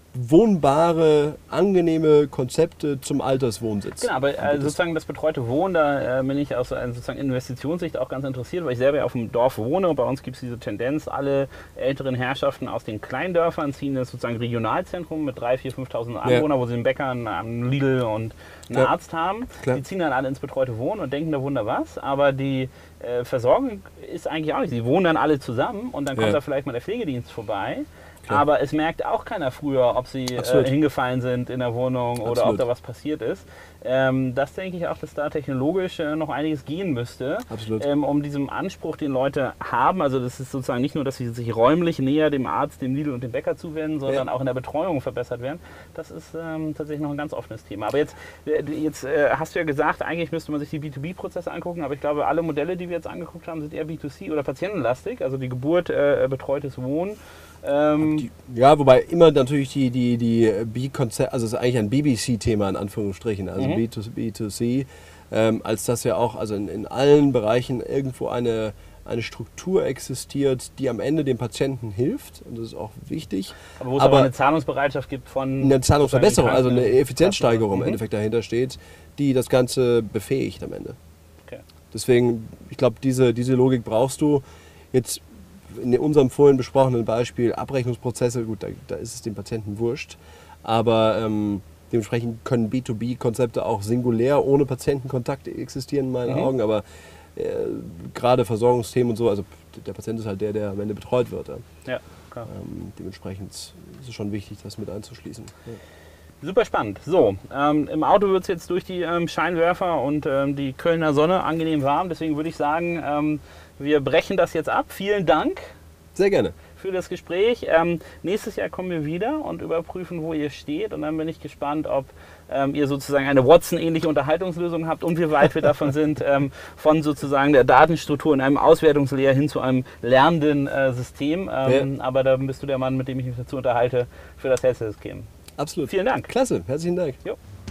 wohnbare, angenehme Konzepte zum Alterswohnsitz. Genau, aber äh, sozusagen das betreute Wohnen, da äh, bin ich aus einer sozusagen Investitionssicht auch ganz interessiert, weil ich selber ja auf dem Dorf wohne und bei uns gibt es diese Tendenz, alle älteren Herrschaften aus den Kleindörfern ziehen das sozusagen Regionalzentrum mit dreitausend, viertausend, fünftausend Anwohnern, ja. wo sie einen Bäcker, einen Lidl und einen ja. Arzt haben. Klar. Die ziehen dann alle ins betreute Wohnen und denken, da wunder was, aber die äh, Versorgung ist eigentlich auch nicht. Sie wohnen dann alle zusammen und dann kommt ja. da vielleicht mal der Pflegedienst vorbei. Klar. Aber es merkt auch keiner früher, ob sie äh, hingefallen sind in der Wohnung oder Absolut. ob da was passiert ist. Ähm, das denke ich auch, dass da technologisch äh, noch einiges gehen müsste, ähm, um diesem Anspruch, den Leute haben. Also das ist sozusagen nicht nur, dass sie sich räumlich näher dem Arzt, dem Lidl und dem Bäcker zuwenden, sondern ja. auch in der Betreuung verbessert werden. Das ist ähm, tatsächlich noch ein ganz offenes Thema. Aber jetzt, äh, jetzt äh, hast du ja gesagt, eigentlich müsste man sich die B zwei B-Prozesse angucken, aber ich glaube, alle Modelle, die wir jetzt angeguckt haben, sind eher B zwei C oder patientenlastig, also die Geburt, äh, betreutes Wohnen. Ähm die, ja, wobei immer natürlich die, die, die B-Konzept, also es ist eigentlich ein B B C-Thema in Anführungsstrichen, also mhm. B zwei C, ähm, als dass ja auch also in, in allen Bereichen irgendwo eine, eine Struktur existiert, die am Ende dem Patienten hilft und das ist auch wichtig. Aber wo es aber, aber eine Zahlungsbereitschaft gibt von... Eine Zahlungsverbesserung, also eine Effizienzsteigerung mhm. im Endeffekt dahinter steht, die das Ganze befähigt am Ende. Okay. Deswegen, ich glaube, diese, diese Logik brauchst du jetzt... In unserem vorhin besprochenen Beispiel Abrechnungsprozesse, gut, da, da ist es dem Patienten wurscht, aber ähm, dementsprechend können B zwei B-Konzepte auch singulär ohne Patientenkontakt existieren in meinen mhm. Augen, aber äh, gerade Versorgungsthemen und so, also der Patient ist halt der, der am Ende betreut wird. Ja, ja klar. Ähm, dementsprechend ist es schon wichtig, das mit einzuschließen. Ja. Super spannend. So, ähm, im Auto wird es jetzt durch die ähm, Scheinwerfer und ähm, die Kölner Sonne angenehm warm, deswegen würde ich sagen, ähm, wir brechen das jetzt ab. Vielen Dank. Sehr gerne. Für das Gespräch. Ähm, nächstes Jahr kommen wir wieder und überprüfen, wo ihr steht. Und dann bin ich gespannt, ob ähm, ihr sozusagen eine Watson-ähnliche Unterhaltungslösung habt und wie weit wir davon sind, ähm, von sozusagen der Datenstruktur in einem Auswertungslayer hin zu einem lernenden äh, System. Ähm, ja. Aber da bist du der Mann, mit dem ich mich dazu unterhalte, für das Health-System. Absolut. Vielen Dank. Klasse. Herzlichen Dank. Jo.